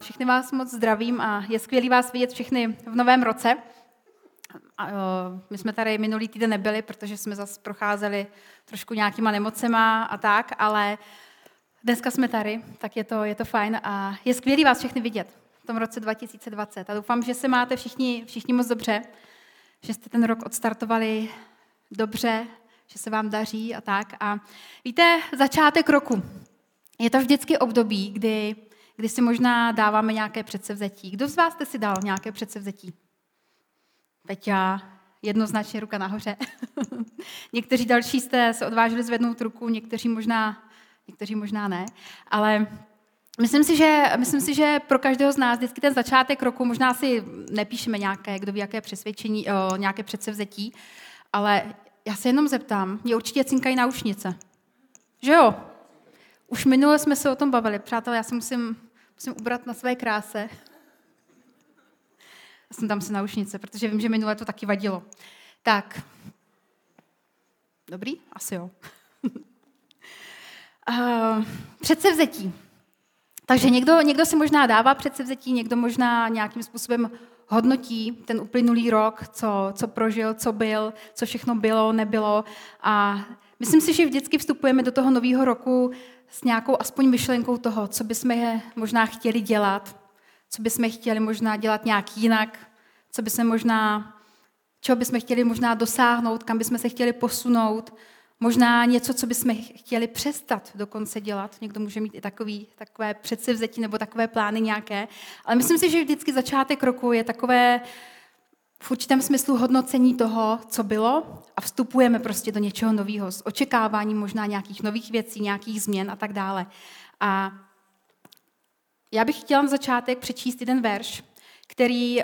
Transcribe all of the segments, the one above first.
všechny vás moc zdravím a je skvělý vás vidět všechny v novém roce. My jsme tady minulý týden nebyli, protože jsme zase procházeli trošku nějakýma nemocema a tak, ale dneska jsme tady, tak je to fajn a je skvělý vás všechny vidět v tom roce 2020. A doufám, že se máte všichni moc dobře, že jste ten rok odstartovali dobře, že se vám daří a tak. A víte, začátek roku. Je to vždycky období, kdy si možná dáváme nějaké předsevzetí. Kdo z vás jste si dal nějaké předsevzetí? Peťa, jednoznačně ruka nahoře. Někteří další jste se odvážili zvednout ruku, někteří možná ne. Ale myslím si, že pro každého z nás vždycky ten začátek roku, možná si nepíšeme nějaké, kdo ví, jaké přesvědčení, nějaké předsevzetí, ale já se jenom zeptám, mě určitě cinkají náušnice. Že jo? Už minule jsme se o tom bavili. Přátelé, já se musím ubrat na své kráse. Já jsem tam se náušnice, protože vím, že minule to taky vadilo. Tak. Dobrý? Asi jo. Předsevzetí. Takže někdo si možná dává předsevzetí, někdo možná nějakým způsobem hodnotí ten uplynulý rok, co prožil, co byl, co všechno bylo, nebylo. A myslím si, že vždycky vstupujeme do toho nového roku s nějakou aspoň myšlenkou toho, co bychom možná chtěli dělat, co bychom chtěli možná dělat nějak jinak, čeho bychom chtěli možná dosáhnout, kam bychom se chtěli posunout, možná něco, co bychom chtěli přestat dokonce dělat. Někdo může mít i takové předsevzetí nebo takové plány nějaké. Ale myslím si, že vždycky začátek roku je takové v určitém smyslu hodnocení toho, co bylo a vstupujeme prostě do něčeho nového s očekáváním možná nějakých nových věcí, nějakých změn a tak dále. A já bych chtěla na začátek přečíst jeden verš, který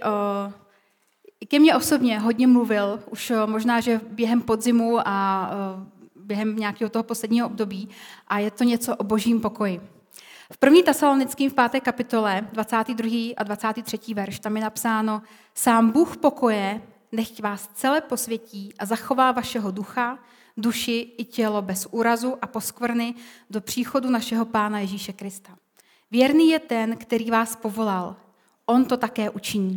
ke mně osobně hodně mluvil, už možná, že během podzimu a během nějakého toho posledního období, a je to něco o božím pokoji. V 1. Tesalonickým v 5. kapitole 22. a 23. verš tam je napsáno: Sám Bůh pokoje nechť vás celé posvětí a zachová vašeho ducha, duši i tělo bez úrazu a poskvrny do příchodu našeho Pána Ježíše Krista. Věrný je ten, který vás povolal. On to také učiní.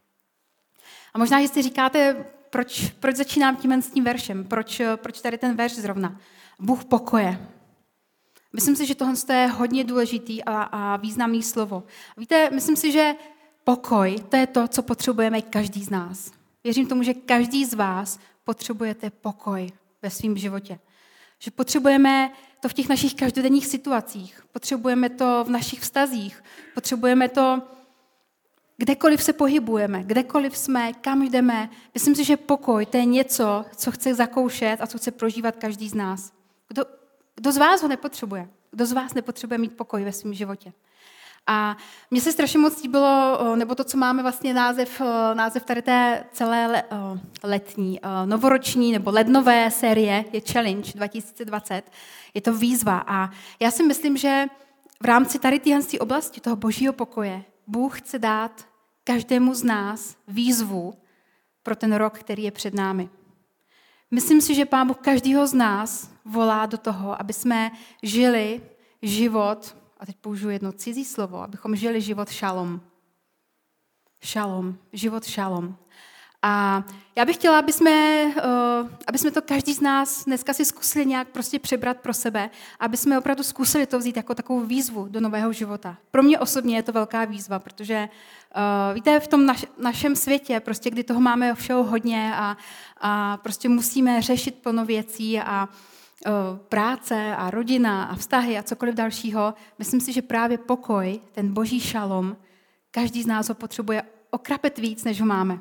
A možná, že si říkáte, proč začínám s tím veršem, proč tady ten verš zrovna. Bůh pokoje. Myslím si, že tohle je hodně důležitý a významný slovo. Víte, myslím si, že pokoj, to je to, co potřebujeme každý z nás. Věřím tomu, že každý z vás potřebujete pokoj ve svém životě. Že potřebujeme to v těch našich každodenních situacích, potřebujeme to v našich vztazích, potřebujeme to kdekoliv se pohybujeme, kdekoliv jsme, kam jdeme. Myslím si, že pokoj, to je něco, co chce zakoušet a co chce prožívat každý z nás. Kdo z vás ho nepotřebuje? Kdo z vás nepotřebuje mít pokoj ve svém životě? A mně se strašně moc líbilo, nebo to, co máme vlastně název tady té celé letní, novoroční nebo lednové série, je Challenge 2020. Je to výzva a já si myslím, že v rámci tady téhle oblasti toho božího pokoje Bůh chce dát každému z nás výzvu pro ten rok, který je před námi. Myslím si, že Pán Bůh každého z nás volá do toho, aby jsme žili život, a teď použiju jedno cizí slovo, abychom žili život šalom. Šalom, život šalom. A já bych chtěla, aby jsme to každý z nás dneska si zkusili nějak prostě přebrat pro sebe, aby jsme opravdu zkusili to vzít jako takovou výzvu do nového života. Pro mě osobně je to velká výzva, protože víte, v tom našem světě, prostě, kdy toho máme všeho hodně a prostě musíme řešit plno věcí a práce a rodina a vztahy a cokoliv dalšího, myslím si, že právě pokoj, ten boží šalom, každý z nás ho potřebuje okrapet víc, než ho máme.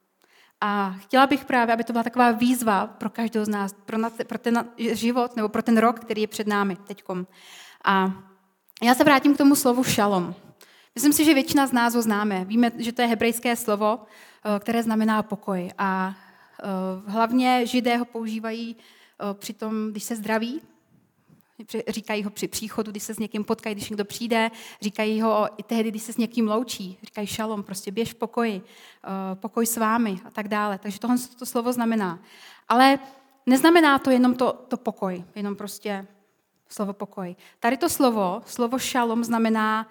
A chtěla bych právě, aby to byla taková výzva pro každého z nás, pro ten život nebo pro ten rok, který je před námi teďkom. A já se vrátím k tomu slovu šalom. Myslím si, že většina z nás ho známe. Víme, že to je hebrejské slovo, které znamená pokoj. A hlavně Židé ho používají při tom, když se zdraví, říkají ho při příchodu, když se s někým potkají, když někdo přijde, říkají ho i tehdy, když se s někým loučí, říkají šalom, prostě běž v pokoji, pokoj s vámi a tak dále. Takže tohle to slovo znamená. Ale neznamená to jenom to pokoj, jenom prostě slovo pokoj. Tady to slovo šalom znamená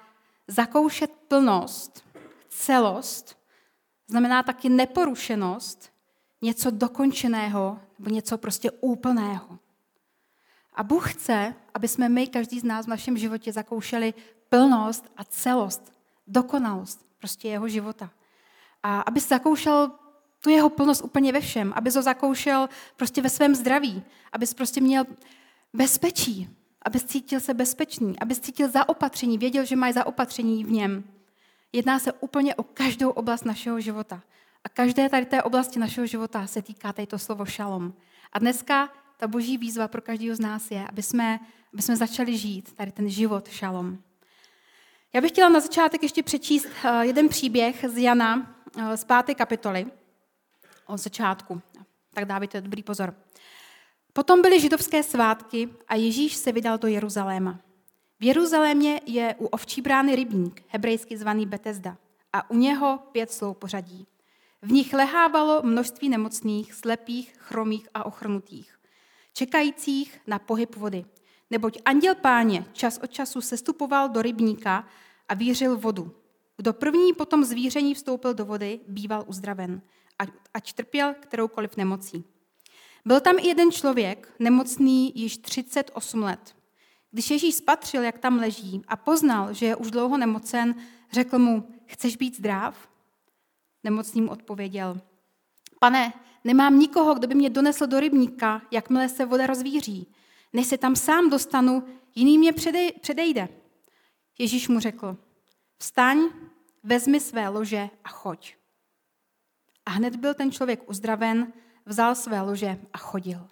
zakoušet plnost, celost, znamená taky neporušenost, něco dokončeného nebo něco prostě úplného. A Bůh chce, aby jsme my, každý z nás v našem životě zakoušeli plnost a celost, dokonalost prostě jeho života. A aby zakoušel tu jeho plnost úplně ve všem, aby ho zakoušel prostě ve svém zdraví, aby prostě měl bezpečí, aby cítil se bezpečný, aby cítil zaopatření, věděl, že má zaopatření v něm. Jedná se úplně o každou oblast našeho života. A každé tady té oblasti našeho života se týká tady to slovo šalom. A dneska ta boží výzva pro každého z nás je, aby jsme začali žít tady ten život šalom. Já bych chtěla na začátek ještě přečíst jeden příběh z Jana z 5. kapitoly od začátku. Tak dávajte dobrý pozor. Potom byly židovské svátky a Ježíš se vydal do Jeruzaléma. V Jeruzalémě je u ovčí brány rybník, hebrejsky zvaný Betesda, a u něho 5 sloupořadí. V nich lehávalo množství nemocných, slepých, chromých a ochrnutých, čekajících na pohyb vody. Neboť anděl Páně čas od času sestupoval do rybníka a vířil vodu. Kdo první po tom zvíření vstoupil do vody, býval uzdraven, ať trpěl kteroukoliv nemocí. Byl tam i jeden člověk, nemocný již 38 let. Když Ježíš spatřil, jak tam leží a poznal, že je už dlouho nemocen, řekl mu, chceš být zdrav? Nemocný mu odpověděl, Pane, nemám nikoho, kdo by mě donesl do rybníka, jakmile se voda rozvíří. Než se tam sám dostanu, jiný mě předejde. Ježíš mu řekl, vstaň, vezmi své lože a choď. A hned byl ten člověk uzdraven, vzal své lože a chodil.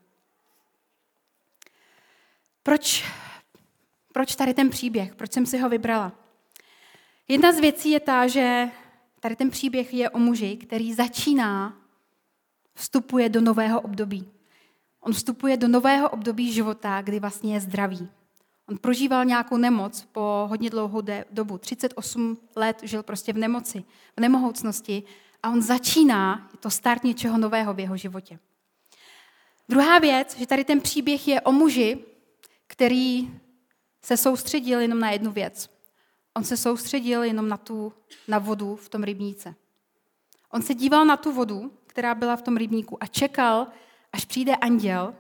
Proč tady ten příběh? Proč jsem si ho vybrala? Jedna z věcí je ta, že tady ten příběh je o muži, který vstupuje do nového období. On vstupuje do nového období života, kdy vlastně je zdravý. On prožíval nějakou nemoc po hodně dlouhou dobu. 38 let žil prostě v nemoci, v nemohoucnosti a on je to start něčeho nového v jeho životě. Druhá věc, že tady ten příběh je o muži, který se soustředil jenom na jednu věc. On se soustředil jenom na vodu v tom rybníce. On se díval na tu vodu, která byla v tom rybníku a čekal, až přijde anděl,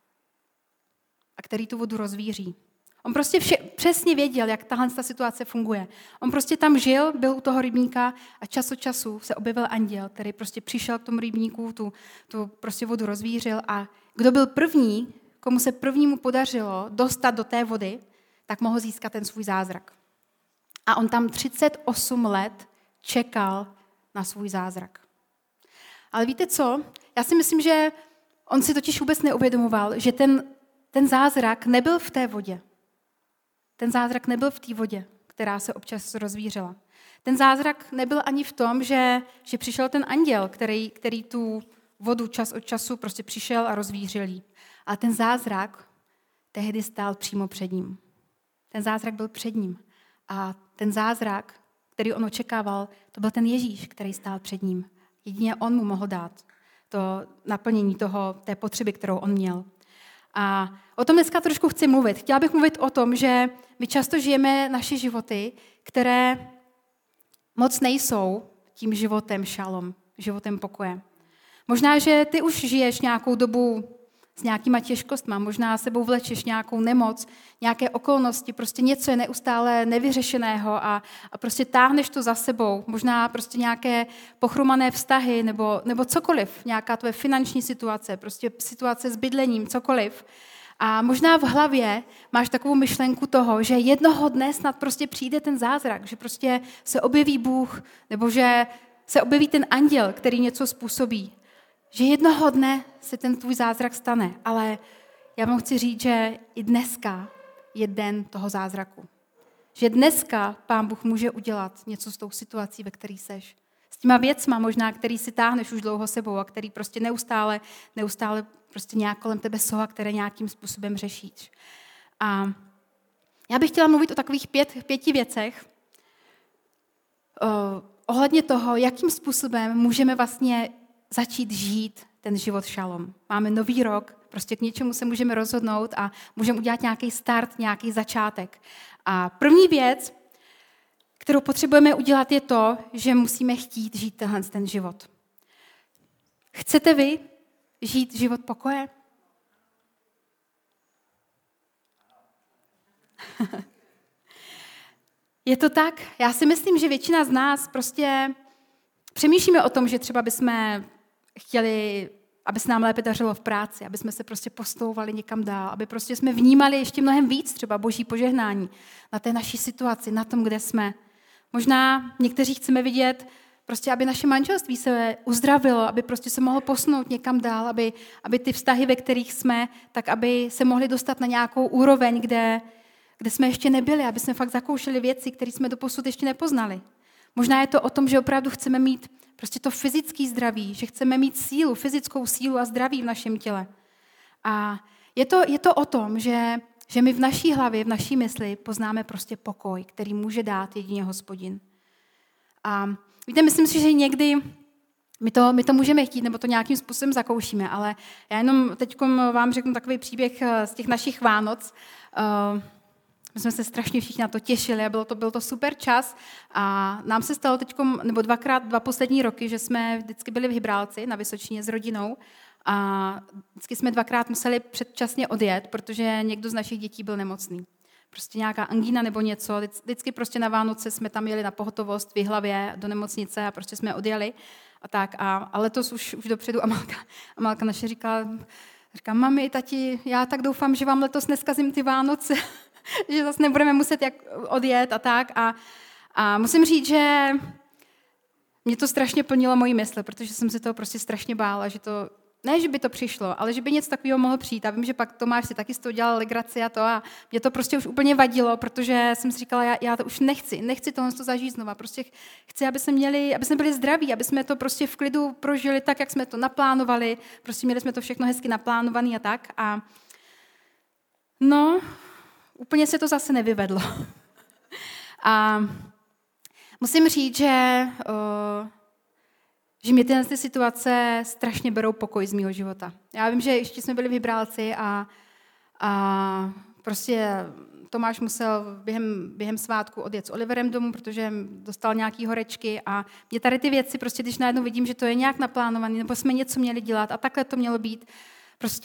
a který tu vodu rozvíří. On prostě přesně věděl, jak tahle situace funguje. On prostě tam žil, byl u toho rybníka a čas od času se objevil anděl, který prostě přišel k tomu rybníku, tu prostě vodu rozvířil a kdo byl první, komu se prvnímu podařilo dostat do té vody, tak mohl získat ten svůj zázrak. A on tam 38 let čekal na svůj zázrak. Ale víte co? Já si myslím, že on si totiž vůbec neuvědomoval, že ten zázrak nebyl v té vodě. Ten zázrak nebyl v té vodě, která se občas rozvířila. Ten zázrak nebyl ani v tom, že přišel ten anděl, který tu vodu čas od času prostě přišel a rozvířil ji. Ale ten zázrak tehdy stál přímo před ním. Ten zázrak byl před ním. A ten zázrak, který on očekával, to byl ten Ježíš, který stál před ním. Jedině on mu mohl dát to naplnění té potřeby, kterou on měl. A o tom dneska trošku chci mluvit. Chtěla bych mluvit o tom, že my často žijeme naše životy, které moc nejsou tím životem šalom, životem pokoje. Možná, že ty už žiješ nějakou dobu s nějakýma těžkostma, možná sebou vlečeš nějakou nemoc, nějaké okolnosti, prostě něco je neustále nevyřešeného a prostě táhneš to za sebou. Možná prostě nějaké pochromané vztahy nebo cokoliv, nějaká tvoje finanční situace, prostě situace s bydlením, cokoliv. A možná v hlavě máš takovou myšlenku toho, že jednoho dne snad prostě přijde ten zázrak, že prostě se objeví Bůh, nebo že se objeví ten anděl, který něco způsobí. Že jednoho dne se ten tvůj zázrak stane, ale já vám chci říct, že i dneska je den toho zázraku. Že dneska Pán Bůh může udělat něco s tou situací, ve které seš. S těma věcma možná, který si táhneš už dlouho sebou a který prostě neustále prostě nějak kolem tebe jsou a které nějakým způsobem řešíš. A já bych chtěla mluvit o takových 5 věcech ohledně toho, jakým způsobem můžeme vlastně začít žít ten život šalom. Máme nový rok, prostě k něčemu se můžeme rozhodnout a můžeme udělat nějaký start, nějaký začátek. A první věc, kterou potřebujeme udělat, je to, že musíme chtít žít ten život. Chcete vy žít život pokoje? Je to tak? Já si myslím, že většina z nás prostě přemýšlíme o tom, že třeba bychom chtěli, aby se nám lépe dařilo v práci, aby jsme se prostě postouvali někam dál, aby prostě jsme vnímali ještě mnohem víc třeba Boží požehnání na té naší situaci, na tom, kde jsme. Možná někteří chceme vidět, prostě, aby naše manželství se uzdravilo, aby prostě se mohlo posunout někam dál, aby ty vztahy, ve kterých jsme, tak aby se mohli dostat na nějakou úroveň, kde jsme ještě nebyli, aby jsme fakt zakoušeli věci, které jsme doposud ještě nepoznali. Možná je to o tom, že opravdu chceme mít prostě to fyzické zdraví, že chceme mít sílu, fyzickou sílu a zdraví v našem těle. A je to o tom, že my v naší hlavě, v naší mysli poznáme prostě pokoj, který může dát jedině Hospodin. A víte, myslím si, že někdy my to můžeme chtít, nebo to nějakým způsobem zakoušíme, ale já jenom teď vám řeknu takový příběh z těch našich Vánoc. My jsme se strašně všichni na to těšili a byl to super čas a nám se stalo teď, nebo dva poslední roky, že jsme vždycky byli v Hybrálci na Vysočině s rodinou a vždycky jsme 2krát museli předčasně odjet, protože někdo z našich dětí byl nemocný. Prostě nějaká angína nebo něco. Vždycky prostě na Vánoce jsme tam jeli na pohotovost v Jihlavě do nemocnice a prostě jsme odjeli a tak. A letos už dopředu Amalka naše říká, mami, tati, já tak doufám, že vám letos neskazím ty Vánoce, že zase nebudeme muset odjet a tak. A musím říct, že mě to strašně plnilo moji mysl, protože jsem se toho prostě strašně bála, že to, ne, že by to přišlo, ale že by něco takového mohlo přijít. A vím, že pak Tomáš si taky z toho dělal legraci a mě to prostě už úplně vadilo, protože jsem si říkala, já to už nechci tohle zažít znova. Prostě chci, aby jsme byli zdraví, aby jsme to prostě v klidu prožili tak, jak jsme to naplánovali. Prostě měli jsme to všechno hezky naplánované a tak. A no, úplně se to zase nevyvedlo. A musím říct, že mě tyhle situace strašně berou pokoj z mýho života. Já vím, že ještě jsme byli v Hybrálci a prostě Tomáš musel během svátku odjet s Oliverem domů, protože dostal nějaký horečky a mě tady ty věci, prostě když najednou vidím, že to je nějak naplánované, nebo jsme něco měli dělat a takhle to mělo být, prostě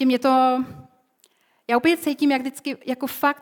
já úplně cítím, jak vždycky, jako fakt,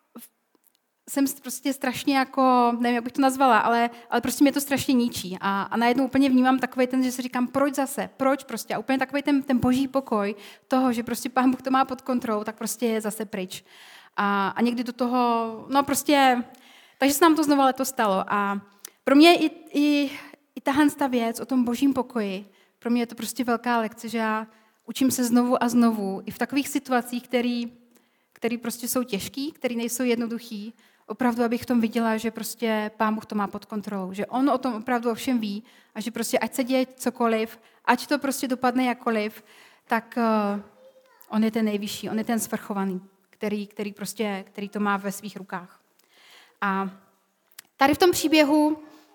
jsem prostě strašně jako, nevím, jak bych to nazvala, ale prostě mě to strašně ničí. A najednou úplně vnímám takový ten, že si říkám, proč prostě. A úplně takový ten boží pokoj toho, že prostě Pán Bůh to má pod kontrolou, tak prostě je zase pryč. A někdy do toho, no prostě, takže se nám to znovu letos stalo. A pro mě i tahle věc o tom božím pokoji, pro mě je to prostě velká lekce, že já učím se znovu a znovu, i v takových situacích, které prostě jsou těžký, které nejsou jednoduchý, opravdu, abych v tom viděla, že prostě Pán Bůh to má pod kontrolou, že on o tom opravdu o všem ví a že prostě ať se děje cokoliv, ať to prostě dopadne jakkoliv, tak on je ten nejvyšší, on je ten svrchovaný, který to má ve svých rukách. A tady v tom příběhu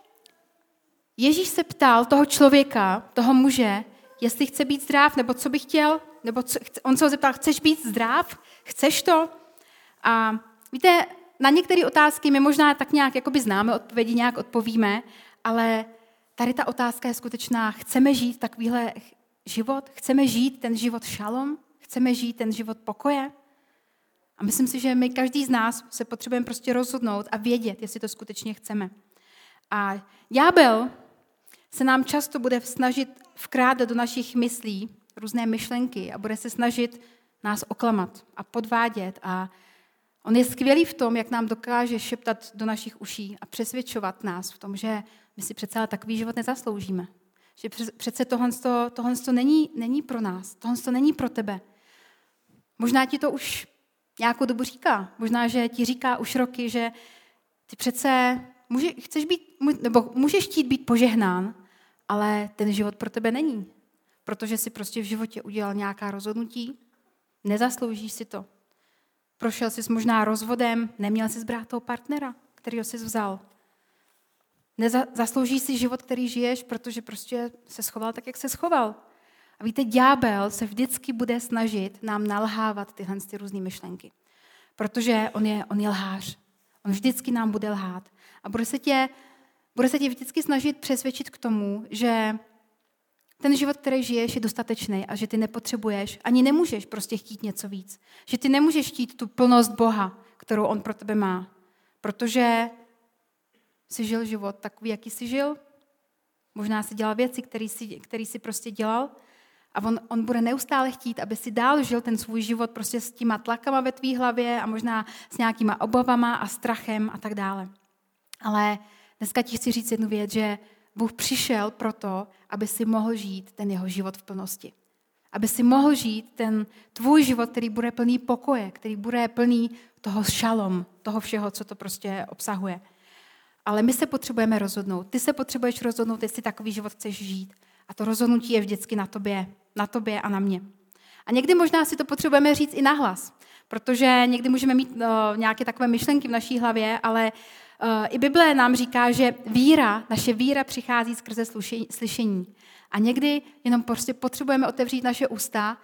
Ježíš se ptal toho člověka, toho muže, jestli chce být zdrav, nebo co by chtěl, nebo on se ho zeptal, chceš být zdrav? Chceš to? A víte, na některé otázky my možná tak nějak jakoby známe odpovědi, nějak odpovíme, ale tady ta otázka je skutečná. Chceme žít takovýhle život? Chceme žít ten život šalom? Chceme žít ten život pokoje? A myslím si, že my každý z nás se potřebujeme prostě rozhodnout a vědět, jestli to skutečně chceme. A ďábel se nám často bude snažit vkrádat do našich myslí různé myšlenky a bude se snažit nás oklamat a podvádět. A on je skvělý v tom, jak nám dokáže šeptat do našich uší a přesvědčovat nás v tom, že my si přece takový život nezasloužíme. Že přece tohle není pro nás, tohle není pro tebe. Možná ti to už nějakou dobu říká. Možná, že ti říká už roky, že ty přece můžeš chtít být požehnán, ale ten život pro tebe není. Protože jsi prostě v životě udělal nějaká rozhodnutí, nezasloužíš si to. Prošel jsi možná rozvodem, neměl jsi brát toho partnera, kterýho jsi vzal. Zasloužíš si život, který žiješ, protože prostě se schoval tak, jak se schoval. A víte, ďábel se vždycky bude snažit nám nalhávat tyhle různé myšlenky. Protože on je lhář. On vždycky nám bude lhát. A bude se tě Bude se tě vždycky snažit přesvědčit k tomu, že ten život, který žiješ, je dostatečný a že ty nepotřebuješ, ani nemůžeš prostě chtít něco víc. Že ty nemůžeš chtít tu plnost Boha, kterou on pro tebe má. Protože jsi žil život takový, jaký jsi žil. Možná jsi dělal věci, které jsi prostě dělal. A on bude neustále chtít, aby si dál žil ten svůj život prostě s těma tlakama ve tvý hlavě a možná s nějakýma obavama a strachem a tak dále. Ale dneska ti chci říct jednu věc, že Bůh přišel proto, aby si mohl žít ten jeho život v plnosti. Aby si mohl žít ten tvůj život, který bude plný pokoje, který bude plný toho šalom, toho všeho, co to prostě obsahuje. Ale my se potřebujeme rozhodnout. Ty se potřebuješ rozhodnout, jestli takový život chceš žít. A to rozhodnutí je vždycky na tobě a na mě. A někdy možná si to potřebujeme říct i nahlas, protože někdy můžeme mít nějaké takové myšlenky v naší hlavě, ale i Bible nám říká, že naše víra přichází skrze slyšení. A někdy jenom prostě potřebujeme otevřít naše ústa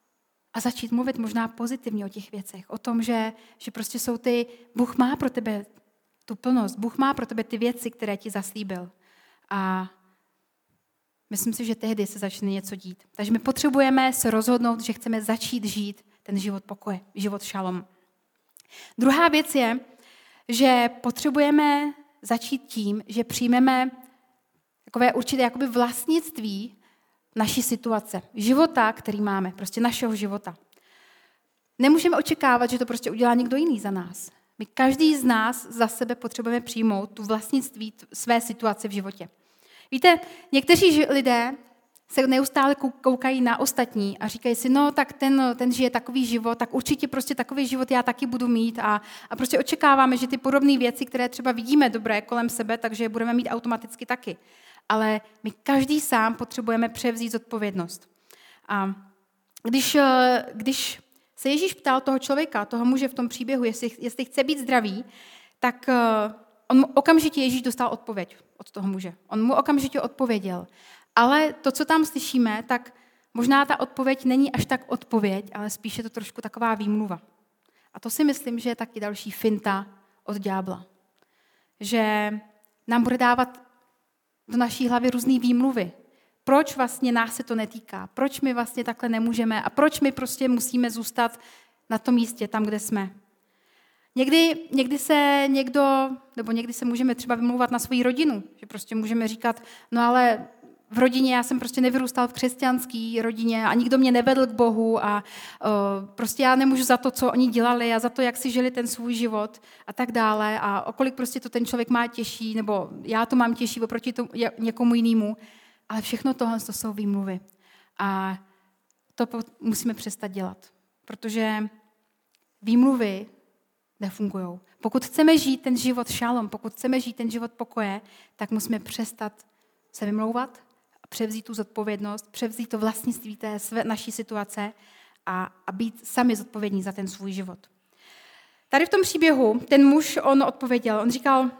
a začít mluvit možná pozitivně o těch věcech. O tom, že prostě jsou Bůh má pro tebe tu plnost, Bůh má pro tebe ty věci, které ti zaslíbil. A myslím si, že tehdy se začne něco dít. Takže my potřebujeme se rozhodnout, že chceme začít žít ten život pokoje, život šalom. Druhá věc je, že potřebujeme začít tím, že přijmeme takové určité jakoby vlastnictví naší situace, života, který máme, prostě našeho života. Nemůžeme očekávat, že to prostě udělá někdo jiný za nás. My každý z nás za sebe potřebujeme přijmout tu vlastnictví své situace v životě. Víte, někteří lidé se neustále koukají na ostatní a říkají si, no tak ten žije takový život, tak určitě prostě takový život já taky budu mít a prostě očekáváme, že ty podobné věci, které třeba vidíme dobré kolem sebe, takže je budeme mít automaticky taky. Ale my každý sám potřebujeme převzít zodpovědnost. A když se Ježíš ptal toho člověka, toho muže v tom příběhu, jestli chce být zdravý, tak on okamžitě Ježíš dostal odpověď od toho muže. On mu okamžitě odpověděl. Ale to, co tam slyšíme, tak možná ta odpověď není až tak odpověď, ale spíš je to trošku taková výmluva. A to si myslím, že je taky další finta od ďábla. Že nám bude dávat do naší hlavy různý výmluvy. Proč vlastně nás se to netýká? Proč my vlastně takhle nemůžeme? A proč my prostě musíme zůstat na tom místě, tam, kde jsme? Někdy se můžeme třeba vymlouvat na svoji rodinu, že prostě můžeme říkat, no ale v rodině já jsem prostě nevyrůstal v křesťanské rodině a nikdo mě nevedl k Bohu a prostě já nemůžu za to, co oni dělali a za to, jak si žili ten svůj život a tak dále a o kolik prostě to ten člověk má těžší, nebo já to mám těžší oproti někomu jinému. Ale všechno tohle to jsou výmluvy. A to musíme přestat dělat, protože výmluvy nefungují. Pokud chceme žít ten život šalom, pokud chceme žít ten život pokoje, tak musíme přestat se vymlouvat, převzít tu zodpovědnost, převzít to vlastnictví té naší situace a být sami zodpovědní za ten svůj život. Tady v tom příběhu ten muž, on odpověděl, on říkal,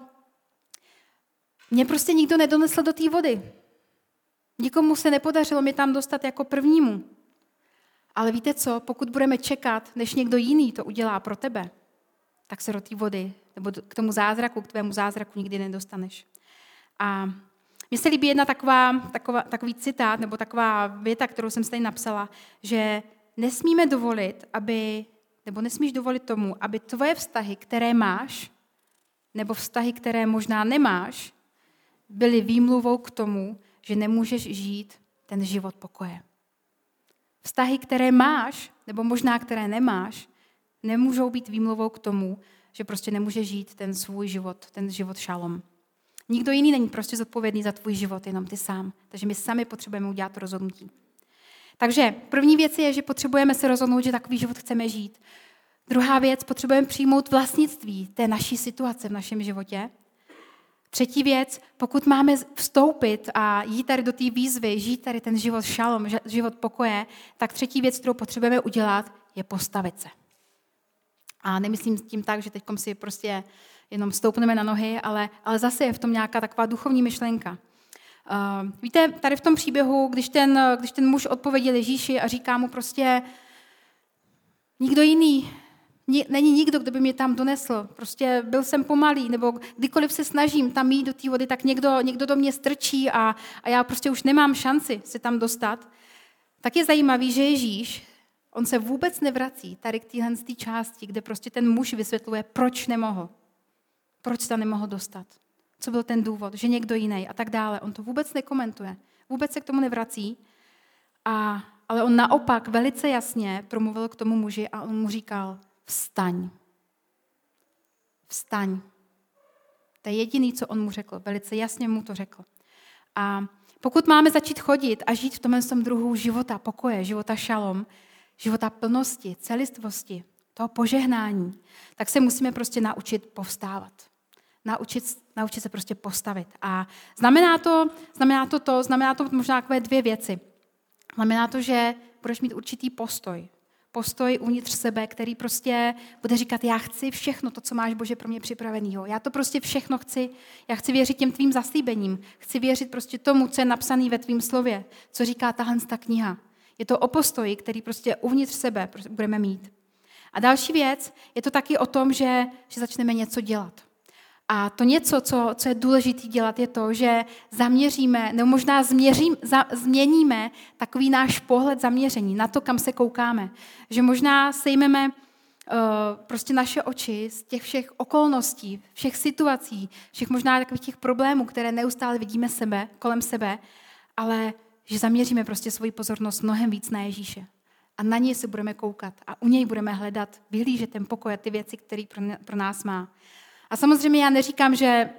mě prostě nikdo nedonesl do té vody. Nikomu se nepodařilo mě tam dostat jako prvnímu. Ale víte co, pokud budeme čekat, než někdo jiný to udělá pro tebe, tak se do té vody, nebo k tomu zázraku, k tvému zázraku nikdy nedostaneš. A mně se líbí jedna takový citát, nebo taková věta, kterou jsem si tady napsala, že nesmíme dovolit, nesmíš dovolit tomu, aby tvoje vztahy, které máš, nebo vztahy, které možná nemáš, byly výmluvou k tomu, že nemůžeš žít ten život pokoje. Vztahy, které máš, nebo možná které nemáš, nemůžou být výmluvou k tomu, že prostě nemůžeš žít ten svůj život, ten život šalom. Nikdo jiný není prostě zodpovědný za tvůj život, jenom ty sám. Takže my sami potřebujeme udělat to rozhodnutí. Takže první věc je, že potřebujeme se rozhodnout, že takový život chceme žít. Druhá věc, potřebujeme přijmout vlastnictví té naší situace v našem životě. Třetí věc, pokud máme vstoupit a jít tady do té výzvy, žít tady ten život šalom, život pokoje, tak třetí věc, kterou potřebujeme udělat, je postavit se. A nemyslím tím tak, že teď si prostě jenom stoupneme na nohy, ale zase je v tom nějaká taková duchovní myšlenka. Víte, tady v tom příběhu, když ten muž odpověděl Ježíši a říká mu prostě, nikdo jiný Není nikdo, kdo by mě tam donesl. Prostě byl jsem pomalý, nebo kdykoliv se snažím tam jít do té vody, tak někdo do mě strčí a já prostě už nemám šanci se tam dostat. Tak je zajímavý, že Ježíš, on se vůbec nevrací tady k téhle části, kde prostě ten muž vysvětluje, proč nemohl. Proč se tam nemohl dostat. Co byl ten důvod, že někdo jiný a tak dále. On to vůbec nekomentuje. Vůbec se k tomu nevrací. Ale on naopak velice jasně promluvil k tomu muži a on mu říkal, vstaň. Vstaň. To je jediný, co on mu řekl. Velice jasně mu to řekl. A pokud máme začít chodit a žít v tomhle druhu života pokoje, života šalom, života plnosti, celistvosti, toho požehnání, tak se musíme prostě naučit povstávat. Naučit se prostě postavit. A znamená to možná takové dvě věci. Znamená to, že budeš mít určitý postoj uvnitř sebe, který prostě bude říkat, já chci všechno to, co máš, Bože, pro mě připravenýho. Já to prostě všechno chci. Já chci věřit těm tvým zaslíbením. Chci věřit prostě tomu, co je napsané ve tvým slově, co říká tahle kniha. Je to o postoji, který prostě uvnitř sebe budeme mít. A další věc, je to taky o tom, že začneme něco dělat. A to něco, co je důležité dělat, je to, že zaměříme, nebo možná změníme takový náš pohled zaměření na to, kam se koukáme. Že možná sejmeme prostě naše oči z těch všech okolností, všech situací, všech možná takových těch problémů, které neustále vidíme kolem sebe, ale že zaměříme prostě svoji pozornost mnohem víc na Ježíše. A na něj se budeme koukat a u něj budeme hledat, vyhlížet ten pokoj a ty věci, které pro nás má. A samozřejmě já neříkám, že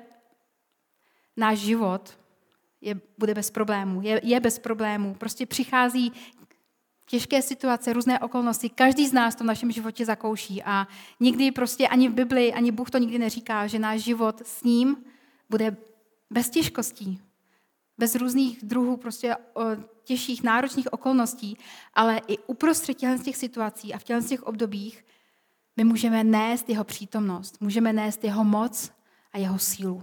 náš život bude bez problémů. Je bez problémů. Prostě přichází těžké situace, různé okolnosti. Každý z nás to v našem životě zakouší. A nikdy prostě ani v Biblii, ani Bůh to nikdy neříká, že náš život s ním bude bez těžkostí. Bez různých druhů prostě těžších, náročných okolností. Ale i uprostřed těch situací a v těch obdobích my můžeme nést jeho přítomnost, můžeme nést jeho moc a jeho sílu.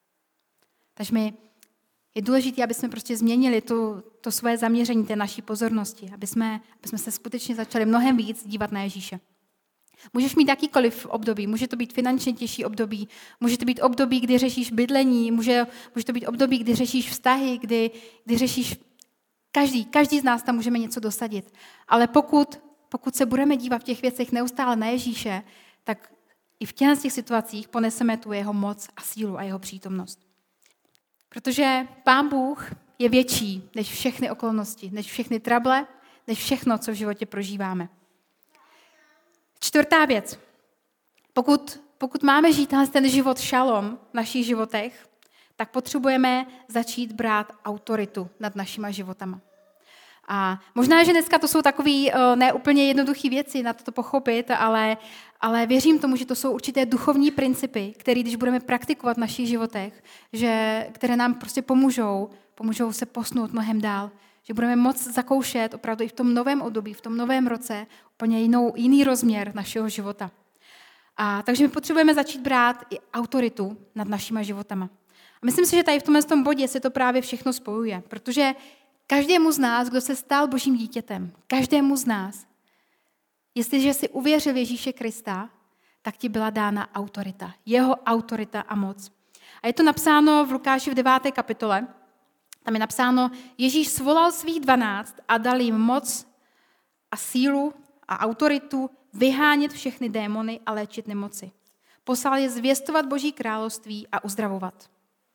Takže je důležité, aby jsme prostě změnili to svoje zaměření té naší pozornosti, aby jsme se skutečně začali mnohem víc dívat na Ježíše. Můžeš mít jakýkoliv období, může to být finančně těžší období, může to být období, kdy řešíš bydlení, může to být období, kdy řešíš vztahy, kdy řešíš každý z nás tam můžeme něco dosadit. Ale pokud se budeme dívat v těch věcech neustále na Ježíše, tak i v těch situacích poneseme tu jeho moc a sílu a jeho přítomnost. Protože Pán Bůh je větší než všechny okolnosti, než všechny trable, než všechno, co v životě prožíváme. Čtvrtá věc. Pokud máme žít ten život šalom v našich životech, tak potřebujeme začít brát autoritu nad našima životama. A možná, že dneska to jsou takové neúplně jednoduché věci na to pochopit, ale věřím tomu, že to jsou určité duchovní principy, které když budeme praktikovat v našich životech, které nám prostě pomůžou se posunout mnohem dál, že budeme moct zakoušet opravdu i v tom novém období, v tom novém roce úplně jiný rozměr našeho života. Takže my potřebujeme začít brát i autoritu nad našima životama. A myslím si, že tady v tomhle bodě se to právě všechno spojuje, protože každému z nás, kdo se stal Božím dítětem, každému z nás, jestliže si uvěřil v Ježíše Krista, tak ti byla dána autorita, jeho autorita a moc. A je to napsáno v Lukáši v 9. kapitole. Tam je napsáno, Ježíš svolal svých 12 a dal jim moc a sílu a autoritu vyhánět všechny démony a léčit nemoci. Poslal je zvěstovat Boží království a uzdravovat.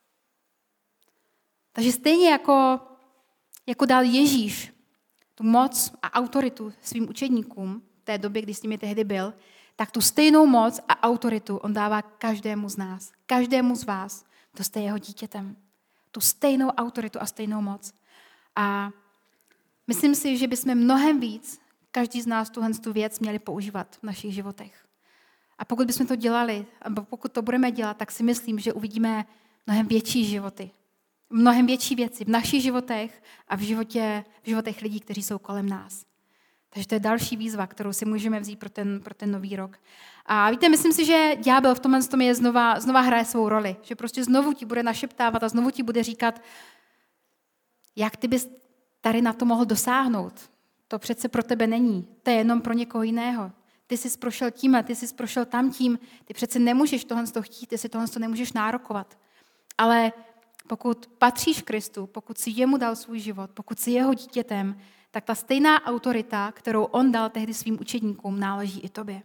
Takže stejně jako dal Ježíš tu moc a autoritu svým učedníkům v té době, kdy s nimi tehdy byl, tak tu stejnou moc a autoritu on dává každému z nás, každému z vás, kdo jste jeho dítětem. Tu stejnou autoritu a stejnou moc. A myslím si, že bychom mnohem víc, každý z nás tu věc měli používat v našich životech. A pokud bychom to dělali, nebo pokud to budeme dělat, tak si myslím, že uvidíme mnohem větší životy. Mnohem větší věci v našich životech a v životech lidí, kteří jsou kolem nás. Takže to je další výzva, kterou si můžeme vzít pro ten nový rok. A víte, myslím si, že ďábel v tomhle je znova hraje svou roli. Že prostě znovu ti bude našeptávat a znovu ti bude říkat, jak ty bys tady na to mohl dosáhnout. To přece pro tebe není. To je jenom pro někoho jiného. ty jsi prošel tímhle, ty jsi prošel tamtím, ty přece nemůžeš tohle chtít, ty si tohle nemůžeš nárokovat. Ale pokud patříš Kristu, pokud si jemu dal svůj život, pokud si jeho dítětem, tak ta stejná autorita, kterou on dal tehdy svým učedníkům, náleží i tobě.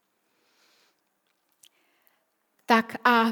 Tak a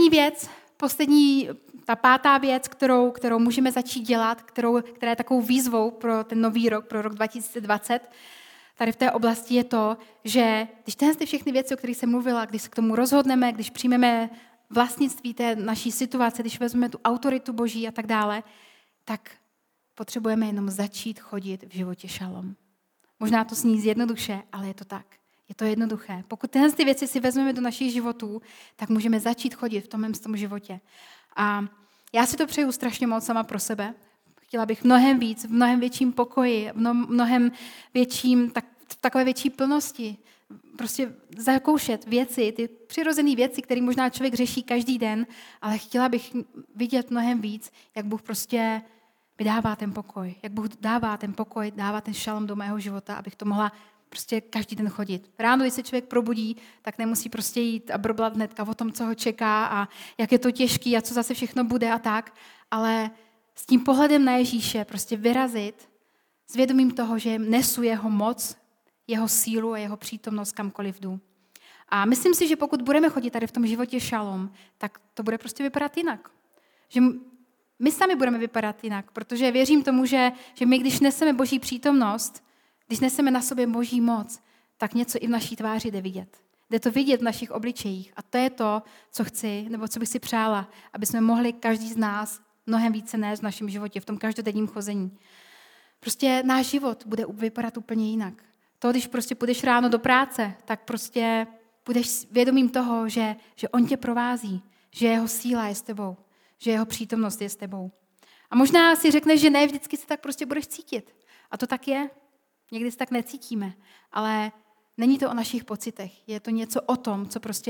ta pátá věc, kterou můžeme začít dělat, která je takovou výzvou pro ten nový rok, pro rok 2020, tady v té oblasti je to, že když ty všechny věci, o kterých jsem mluvila, když se k tomu rozhodneme, když přijmeme vlastnictví té naší situace, když vezmeme tu autoritu Boží a tak dále, tak potřebujeme jenom začít chodit v životě šalom. Možná to zní jednoduše, ale je to tak. Je to jednoduché. Pokud tyhle věci si vezmeme do našich životů, tak můžeme začít chodit v tom životě. A já si to přeju strašně moc sama pro sebe. Chtěla bych mnohem víc, v mnohem větším pokoji, v mnohem větším, v takové větší plnosti. Prostě zakoušet věci, ty přirozené věci, které možná člověk řeší každý den, ale chtěla bych vidět mnohem víc, jak Bůh prostě mi dává ten pokoj. Jak Bůh dává ten pokoj, dává ten šalom do mého života, abych to mohla prostě každý den chodit. Ráno, když se člověk probudí, tak nemusí prostě jít a broblat hnedka o tom, co ho čeká a jak je to těžký a co zase všechno bude a tak, ale s tím pohledem na Ježíše prostě vyrazit s vědomím toho, že nesu jeho moc, jeho sílu a jeho přítomnost kamkoliv jdu. A myslím si, že pokud budeme chodit tady v tom životě šalom, tak to bude prostě vypadat jinak. Že my sami budeme vypadat jinak, protože věřím tomu, že my, když neseme Boží přítomnost, když neseme na sobě Boží moc, tak něco i v naší tváři jde vidět. Jde to vidět v našich obličejích. A to je to, co chci, nebo co bych si přála, aby jsme mohli každý z nás mnohem více nést v našem životě, v tom každodenním chození. Prostě náš život bude vypadat úplně jinak. To, když prostě půjdeš ráno do práce, tak prostě budeš vědomím toho, že on tě provází, že jeho síla je s tebou, že jeho přítomnost je s tebou. A možná si řekneš, že ne vždycky se tak prostě budeš cítit. A to tak je. Někdy se tak necítíme, ale není to o našich pocitech. Je to něco o tom, co prostě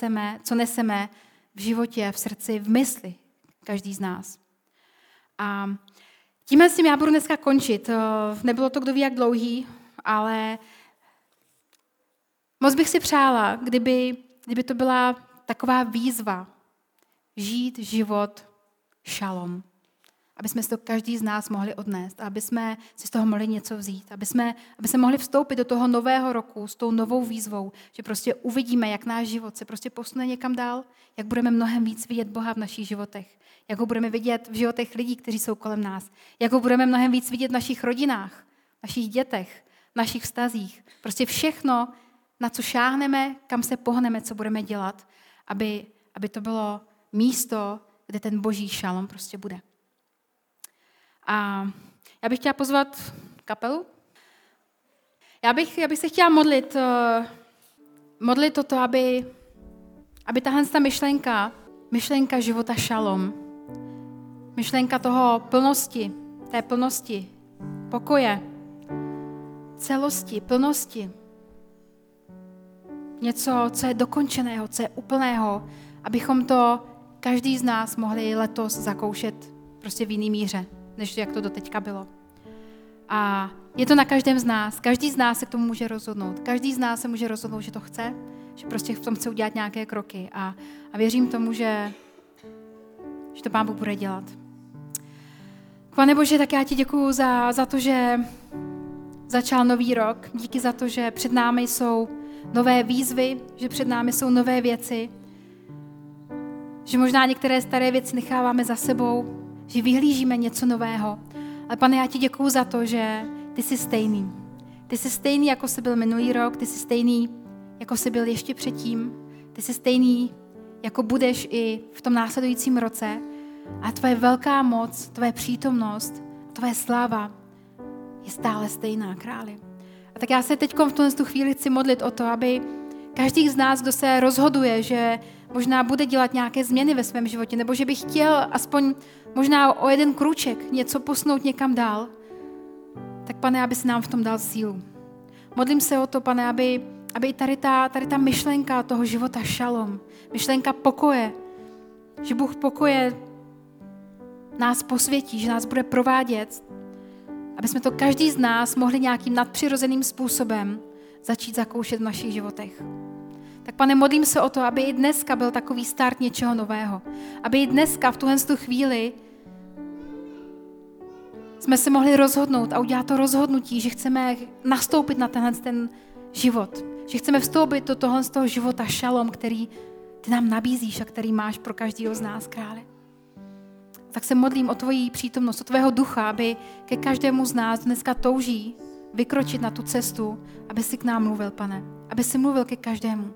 neseme v životě, v srdci, v mysli, každý z nás. A tímhle s tím já budu dneska končit. Nebylo to kdo ví jak dlouhý, ale moc bych si přála, kdyby to byla taková výzva žít život šalom. Aby jsme si to každý z nás mohli odnést, aby jsme si z toho mohli něco vzít, aby jsme mohli vstoupit do toho nového roku s tou novou výzvou, že prostě uvidíme, jak náš život se prostě posune někam dál, jak budeme mnohem víc vidět Boha v našich životech, jak ho budeme vidět v životech lidí, kteří jsou kolem nás, jak ho budeme mnohem víc vidět v našich rodinách, našich dětech, našich vztazích. Prostě všechno, na co šáhneme, kam se pohneme, co budeme dělat, aby to bylo místo, kde ten Boží šalom prostě bude. A já bych chtěla pozvat kapelu. Já bych se chtěla modlit o to, aby tahle myšlenka života šalom, myšlenka toho té plnosti, pokoje, celosti, plnosti, něco, co je dokončeného, co je úplného, abychom to každý z nás mohli letos zakoušet prostě v jiný míře, než jak to doteďka bylo. A je to na každém z nás. Každý z nás se k tomu může rozhodnout. Každý z nás se může rozhodnout, že to chce, že prostě v tom chce udělat nějaké kroky. A věřím tomu, že to Pán Bůh bude dělat. Pane Bože, tak já ti děkuju za to, že začal nový rok. Díky za to, že před námi jsou nové výzvy, že před námi jsou nové věci, že možná některé staré věci necháváme za sebou, že vyhlížíme něco nového. Ale Pane, já ti děkuju za to, že ty jsi stejný. Ty jsi stejný, jako jsi byl minulý rok, ty jsi stejný, jako jsi byl ještě předtím, ty jsi stejný, jako budeš i v tom následujícím roce. A tvoje velká moc, tvoje přítomnost, tvoje sláva je stále stejná, králi. A tak já se teď v tu chvíli chci modlit o to, aby každý z nás, kdo se rozhoduje, že možná bude dělat nějaké změny ve svém životě, nebo že by chtěl aspoň možná o jeden krůček něco posunout někam dál, tak Pane, aby si nám v tom dal sílu. Modlím se o to, Pane, aby i tady ta myšlenka toho života šalom, myšlenka pokoje, že Bůh pokoje nás posvětí, že nás bude provádět, aby jsme to každý z nás mohli nějakým nadpřirozeným způsobem začít zakoušet v našich životech. Tak Pane, modlím se o to, aby i dneska byl takový start něčeho nového. Aby i dneska v tuhle chvíli jsme se mohli rozhodnout a udělat to rozhodnutí, že chceme nastoupit na tenhle ten život. Že chceme vstoupit do tohle z toho života šalom, který ty nám nabízíš a který máš pro každého z nás, Králi. Tak se modlím o tvoji přítomnost, o tvého ducha, aby ke každému z nás dneska touží vykročit na tu cestu, aby si k nám mluvil, Pane. Aby si mluvil ke každému.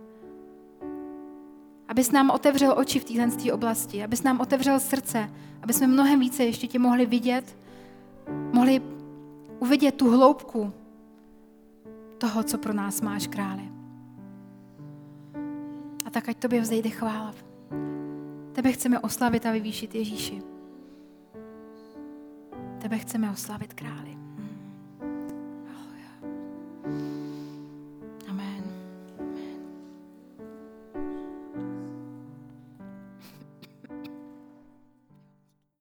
Abys nám otevřel oči v téhle oblasti, abys nám otevřel srdce, aby jsme mnohem více ještě tě mohli vidět, mohli uvidět tu hloubku toho, co pro nás máš, Králi. A tak ať tobě vzejde chvála. Tebe chceme oslavit a vyvýšit, Ježíši. Tebe chceme oslavit, Králi.